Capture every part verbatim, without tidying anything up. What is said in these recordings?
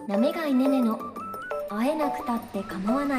なめがいねねの会えなくたって構わない。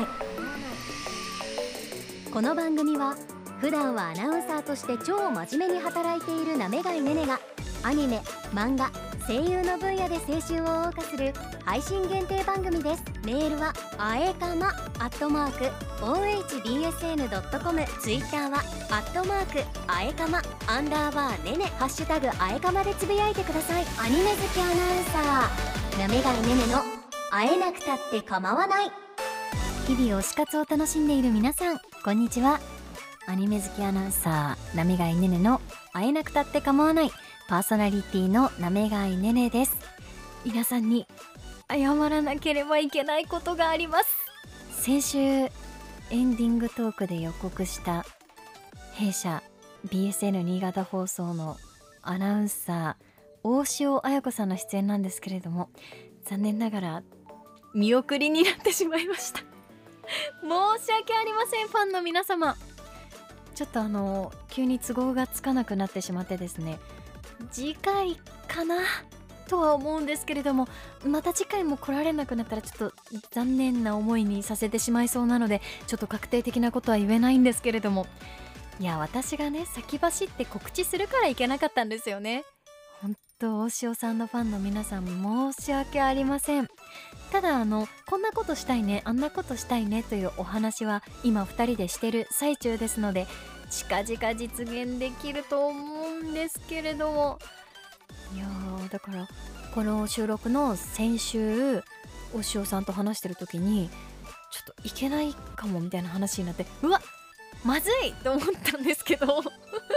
この番組は普段はアナウンサーとして超真面目に働いているなめがいねねがアニメ、漫画、声優の分野で青春を謳歌する配信限定番組です。メールはあえかまアットマーク オーエイチビーエスエヌドットコム、 ツイッターはアットマークあえかまアンダーバーねね、ハッシュタグあえかまでつぶやいてください。アニメ好きアナウンサーなめがいねねの会えなくたって構わない。日々推し活を楽しんでいる皆さん、こんにちは。アニメ好きアナウンサーなめがいねねの会えなくたって構わないパーソナリティのなめがいねねです。皆さんに謝らなければいけないことがあります。先週エンディングトークで予告した弊社 ビーエスエヌ 新潟放送のアナウンサー大塩彩子さんの出演なんですけれども、残念ながら見送りになってしまいました。申し訳ありません、ファンの皆様。ちょっとあの急に都合がつかなくなってしまってですね、次回かなとは思うんですけれども、また次回も来られなくなったらちょっと残念な思いにさせてしまいそうなので、ちょっと確定的なことは言えないんですけれども、いや私がね先走って告知するからいけなかったんですよね。本当大塩さんのファンの皆さん申し訳ありません。ただあのこんなことしたいね、あんなことしたいねというお話は今ふたりでしてる最中ですので、近々実現できると思うんですけれども、いやーだからこの収録の先週お塩さんと話してる時にちょっといけないかもみたいな話になって、うわまずいと思ったんですけどちょっ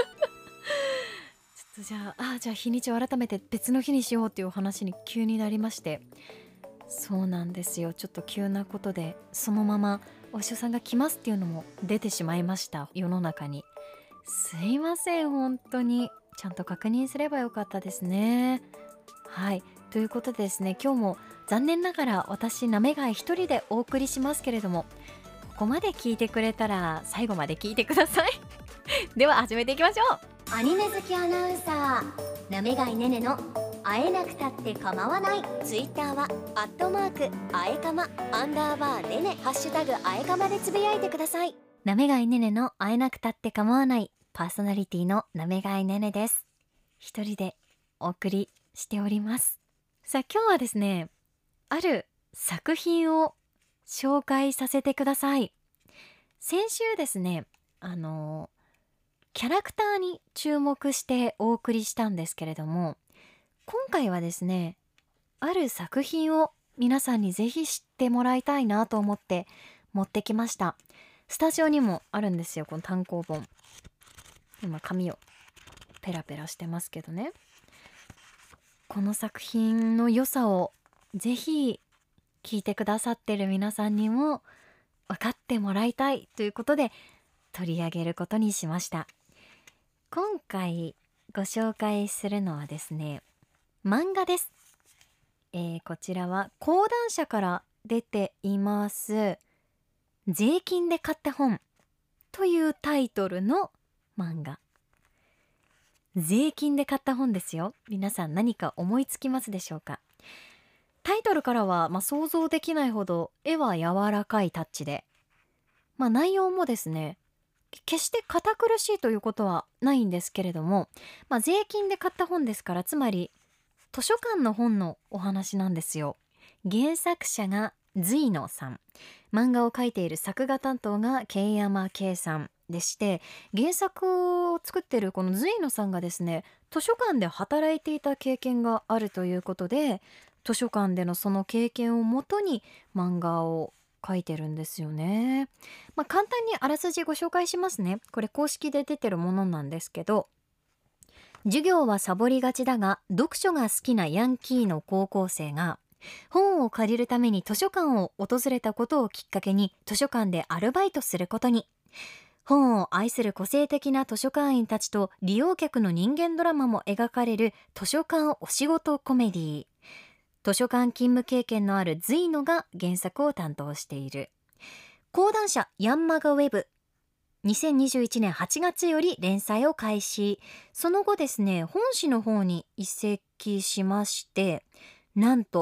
とじゃああじゃあ日にちを改めて別の日にしようっていう話に急になりまして、そうなんですよ、ちょっと急なことでそのままお塩さんが来ますっていうのも出てしまいました、世の中に。すいません、本当にちゃんと確認すればよかったですね。はい、ということでですね、今日も残念ながら私なめがい一人でお送りしますけれども、ここまで聞いてくれたら最後まで聞いてくださいでは始めていきましょう。アニメ好きアナウンサーなめがいねねの会えなくたって構わない。ツイッターはアットマークあえかまアンダーバーねね、ハッシュタグあえかまでつぶやいてください。なめがいねねの会えなくたって構わないパーソナリティのなめがいねねです。一人でお送りしております。さあ今日はですね、ある作品を紹介させてください。先週ですね、あのキャラクターに注目してお送りしたんですけれども、今回はですね、ある作品を皆さんにぜひ知ってもらいたいなと思って持ってきました。スタジオにもあるんですよ、この単行本。今紙をペラペラしてますけどね、この作品の良さをぜひ聞いてくださってる皆さんにも分かってもらいたいということで取り上げることにしました。今回ご紹介するのはですね、漫画です。えー、こちらは講談社から出ています税金で買った本というタイトルの漫画。税金で買った本ですよ。皆さん何か思いつきますでしょうか。タイトルからは、まあ、想像できないほど絵は柔らかいタッチで、まあ、内容もですね決して堅苦しいということはないんですけれども、まあ、税金で買った本ですから、つまり図書館の本のお話なんですよ。原作者が隋野さん、漫画を描いている作画担当が慶山圭さんでして、原作を作っているこの隋野さんがですね、図書館で働いていた経験があるということで、図書館でのその経験をもとに漫画を書いてるんですよね。まあ、簡単にあらすじご紹介しますね。これ公式で出てるものなんですけど、授業はサボりがちだが読書が好きなヤンキーの高校生が本を借りるために図書館を訪れたことをきっかけに図書館でアルバイトすることに。本を愛する個性的な図書館員たちと利用客の人間ドラマも描かれる図書館お仕事コメディ。図書館勤務経験のある隋野が原作を担当している。講談社ヤンマガウェブにせんにじゅういちねんはちがつより連載を開始。その後ですね、本誌の方に移籍しまして、なんと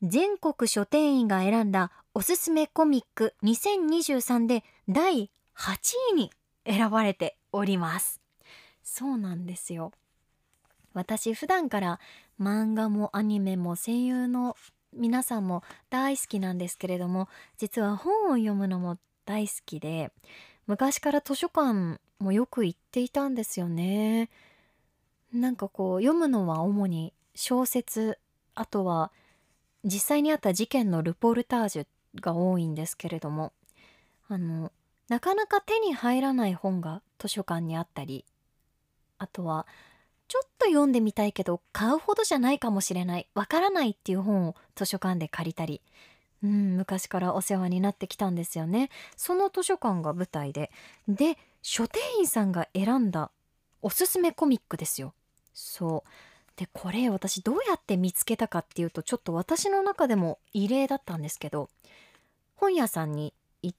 全国書店員が選んだおすすめコミックにせんにじゅうさんでだいはちいに選ばれております。そうなんですよ。私普段から漫画もアニメも声優の皆さんも大好きなんですけれども、実は本を読むのも大好きで、昔から図書館もよく行っていたんですよね。なんかこう読むのは主に小説、あとは実際にあった事件のルポルタージュが多いんですけれども、あのなかなか手に入らない本が図書館にあったり、あとはちょっと読んでみたいけど買うほどじゃないかもしれない、わからないっていう本を図書館で借りたり、うん、昔からお世話になってきたんですよね。その図書館が舞台で、で、書店員さんが選んだおすすめコミックですよ。そう。で、これ私どうやって見つけたかっていうと、ちょっと私の中でも異例だったんですけど、本屋さんに行って、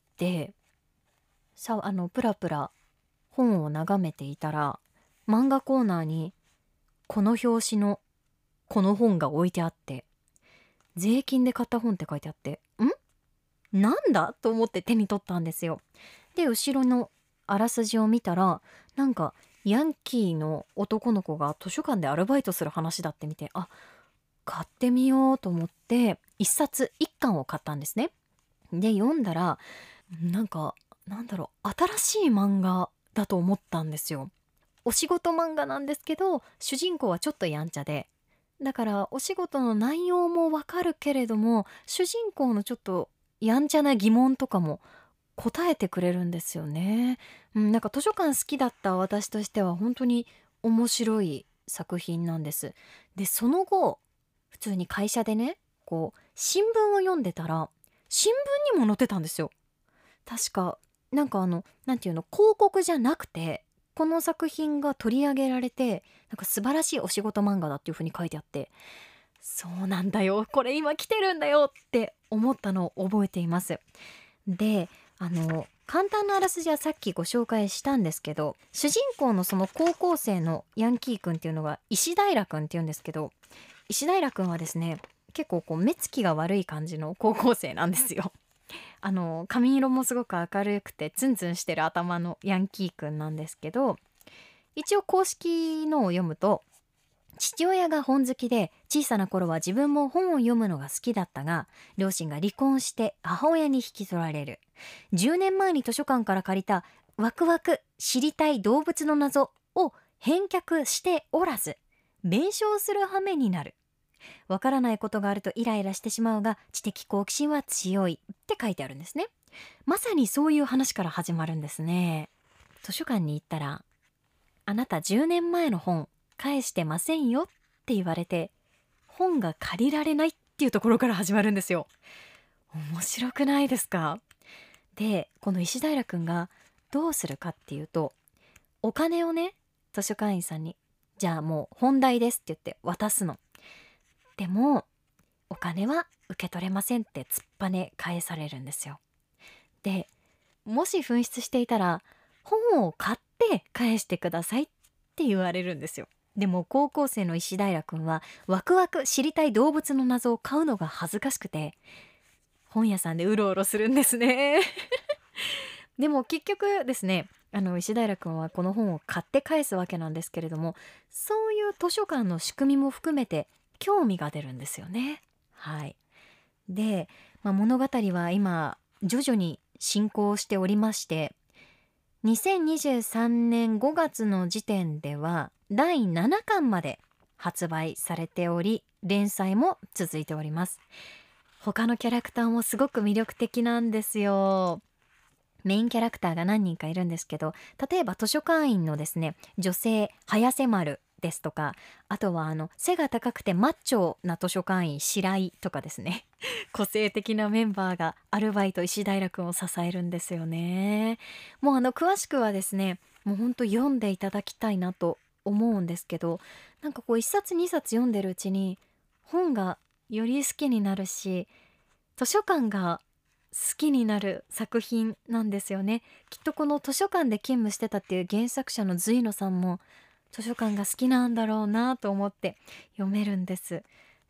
さ、あの、プラプラ本を眺めていたら、漫画コーナーにこの表紙のこの本が置いてあって、税金で買った本って書いてあって、んなんだと思って手に取ったんですよ。で、後ろのあらすじを見たら、なんかヤンキーの男の子が図書館でアルバイトする話だってみて、あ、買ってみようと思って一冊一巻を買ったんですね。で、読んだら、なんかなんだろう、新しい漫画だと思ったんですよ。お仕事漫画なんですけど、主人公はちょっとやんちゃで、だからお仕事の内容もわかるけれども、主人公のちょっとやんちゃな疑問とかも答えてくれるんですよね。うん、なんか図書館好きだった私としては本当に面白い作品なんです。で、その後、普通に会社でね、こう新聞を読んでたら、新聞にも載ってたんですよ。確か、なんかあの、なんていうの、広告じゃなくて、この作品が取り上げられて、なんか素晴らしいお仕事漫画だっていう風に書いてあって、そうなんだよ、これ今来てるんだよって思ったのを覚えています。で、あの、簡単なあらすじはさっきご紹介したんですけど、主人公のその高校生のヤンキーくんっていうのが石平くんっていうんですけど、石平くんはですね、結構こう目つきが悪い感じの高校生なんですよ。あの髪色もすごく明るくてツンツンしてる頭のヤンキーくんなんですけど、一応公式のを読むと、父親が本好きで小さな頃は自分も本を読むのが好きだったが、両親が離婚して母親に引き取られる。じゅうねんまえに図書館から借りたワクワク知りたい動物の謎を返却しておらず、弁償する羽目になる。わからないことがあるとイライラしてしまうが知的好奇心は強いって書いてあるんですね。まさにそういう話から始まるんですね。図書館に行ったら、あなたじゅうねんまえの本返してませんよって言われて、本が借りられないっていうところから始まるんですよ。面白くないですか？で、この石平くんがどうするかっていうと、お金をね、図書館員さんに、じゃあもう本題ですって言って渡すの。でもお金は受け取れませんって突っぱね返されるんですよ。で、もし紛失していたら本を買って返してくださいって言われるんですよ。でも高校生の石平くんはワクワク知りたい動物の謎を買うのが恥ずかしくて、本屋さんでうろうろするんですね。でも結局ですね、あの石平くんはこの本を買って返すわけなんですけれども、そういう図書館の仕組みも含めて興味が出るんですよね。はい。で、まあ、物語は今徐々に進行しておりまして、にせんにじゅうさんねんごがつの時点ではだいななかんまで発売されており、連載も続いております。他のキャラクターもすごく魅力的なんですよ。メインキャラクターが何人かいるんですけど、例えば図書館員のですね、女性早瀬丸ですとか、あとはあの背が高くてマッチョな図書館員白井とかですね、個性的なメンバーがアルバイト石平くんを支えるんですよね。もうあの詳しくはですね、もうほんと読んでいただきたいなと思うんですけど、なんかこういっさつにさつ読んでるうちに本がより好きになるし、図書館が好きになる作品なんですよね。きっとこの図書館で勤務してたっていう原作者の隋野さんも図書館が好きなんだろうなと思って読めるんです。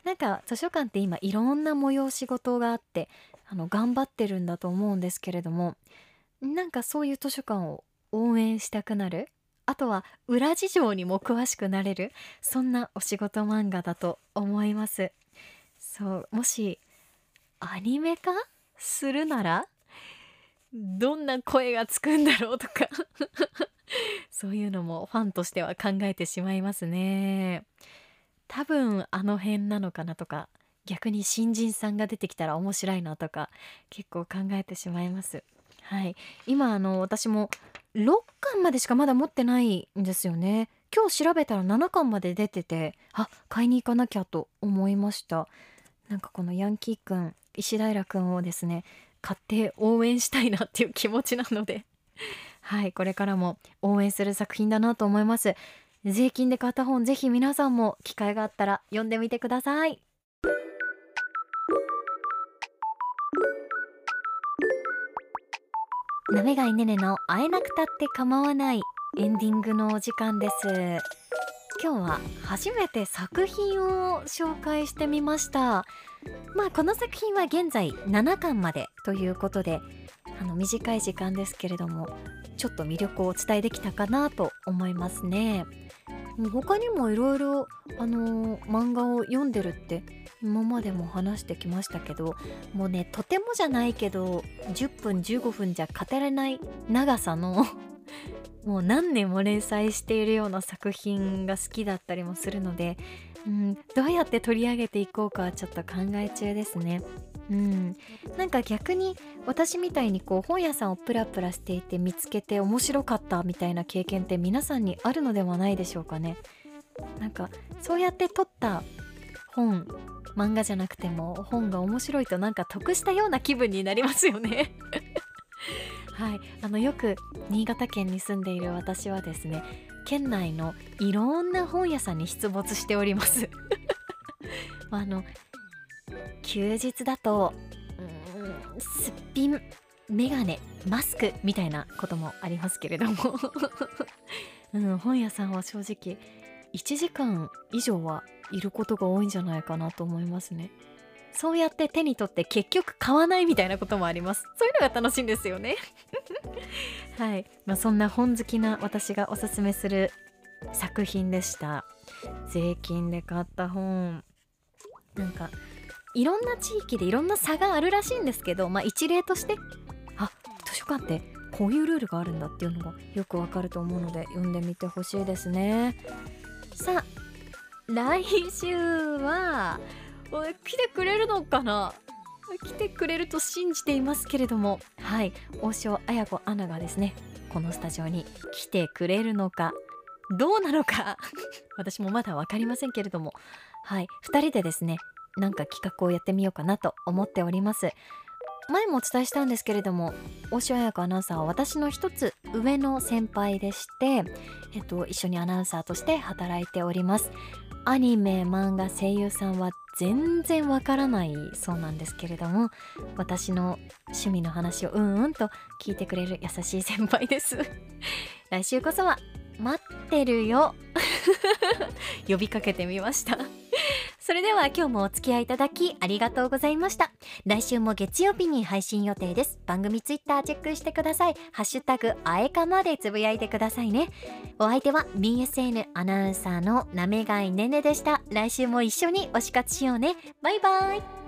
なんか図書館って今いろんな催し事があってあの頑張ってるんだと思うんですけれども、なんかそういう図書館を応援したくなる、あとは裏事情にも詳しくなれる、そんなお仕事漫画だと思います。そうもしアニメ化するならどんな声がつくんだろうとかそういうのもファンとしては考えてしまいますね。多分あの辺なのかなとか、逆に新人さんが出てきたら面白いなとか結構考えてしまいます。はい、今あの私もろっかんまでしかまだ持ってないんですよね。今日調べたらななかんまで出てて、あ、買いに行かなきゃと思いました。なんかこのヤンキーくん、石平くんをですね買って応援したいなっていう気持ちなのではい、これからも応援する作品だなと思います。税金で買った本、ぜひ皆さんも機会があったら読んでみてください。なめがいねねの会えなくたって構わないエンディングのお時間です。今日は初めて作品を紹介してみました。まあこの作品は現在ななかんまでということで、あの短い時間ですけれどもちょっと魅力をお伝えできたかなと思いますね。他にもいろいろあのー漫画を読んでるって今までも話してきましたけど、もうねとてもじゃないけどじゅっぷんじゅうごふんじゃ語れない長さのもう何年も連載しているような作品が好きだったりもするので、うん、どうやって取り上げていこうかはちょっと考え中ですね。うん、なんか逆に私みたいにこう本屋さんをプラプラしていて見つけて面白かったみたいな経験って皆さんにあるのではないでしょうかね。なんかそうやって撮った本、漫画じゃなくても本が面白いとなんか得したような気分になりますよねはい、あのよく新潟県に住んでいる私はですね、県内のいろんな本屋さんに出没しておりますまああの休日だとうーんすっぴん、メガネ、マスクみたいなこともありますけれどもうん、本屋さんは正直いちじかん以上はいることが多いんじゃないかなと思いますね。そうやって手に取って結局買わないみたいなこともあります。そういうのが楽しいんですよねはい、まあ、そんな本好きな私がおすすめする作品でした。税金で買った本、なんかいろんな地域でいろんな差があるらしいんですけど、まあ一例としてあ、図書館ってこういうルールがあるんだっていうのがよくわかると思うので読んでみてほしいですね。さあ来週はおい来てくれるのかな、来てくれると信じていますけれども、はい、大塩彩子アナがですねこのスタジオに来てくれるのかどうなのか私もまだ分かりませんけれども、はい、ふたりでですねなんか企画をやってみようかなと思っております。前もお伝えしたんですけれども、大塩彩子アナウンサーは私の一つ上の先輩でして、えっと、一緒にアナウンサーとして働いております。アニメ、漫画、声優さんは全然わからないそうなんですけれども、私の趣味の話をうんうんと聞いてくれる優しい先輩です来週こそは待ってるよ呼びかけてみましたそれでは今日もお付き合いいただきありがとうございました。来週も月曜日に配信予定です。番組ツイッターチェックしてください。ハッシュタグあえかまでつぶやいてくださいね。お相手は ビーエスエヌ アナウンサーのなめがいねねでした。来週も一緒に推し活しようね。バイバイ。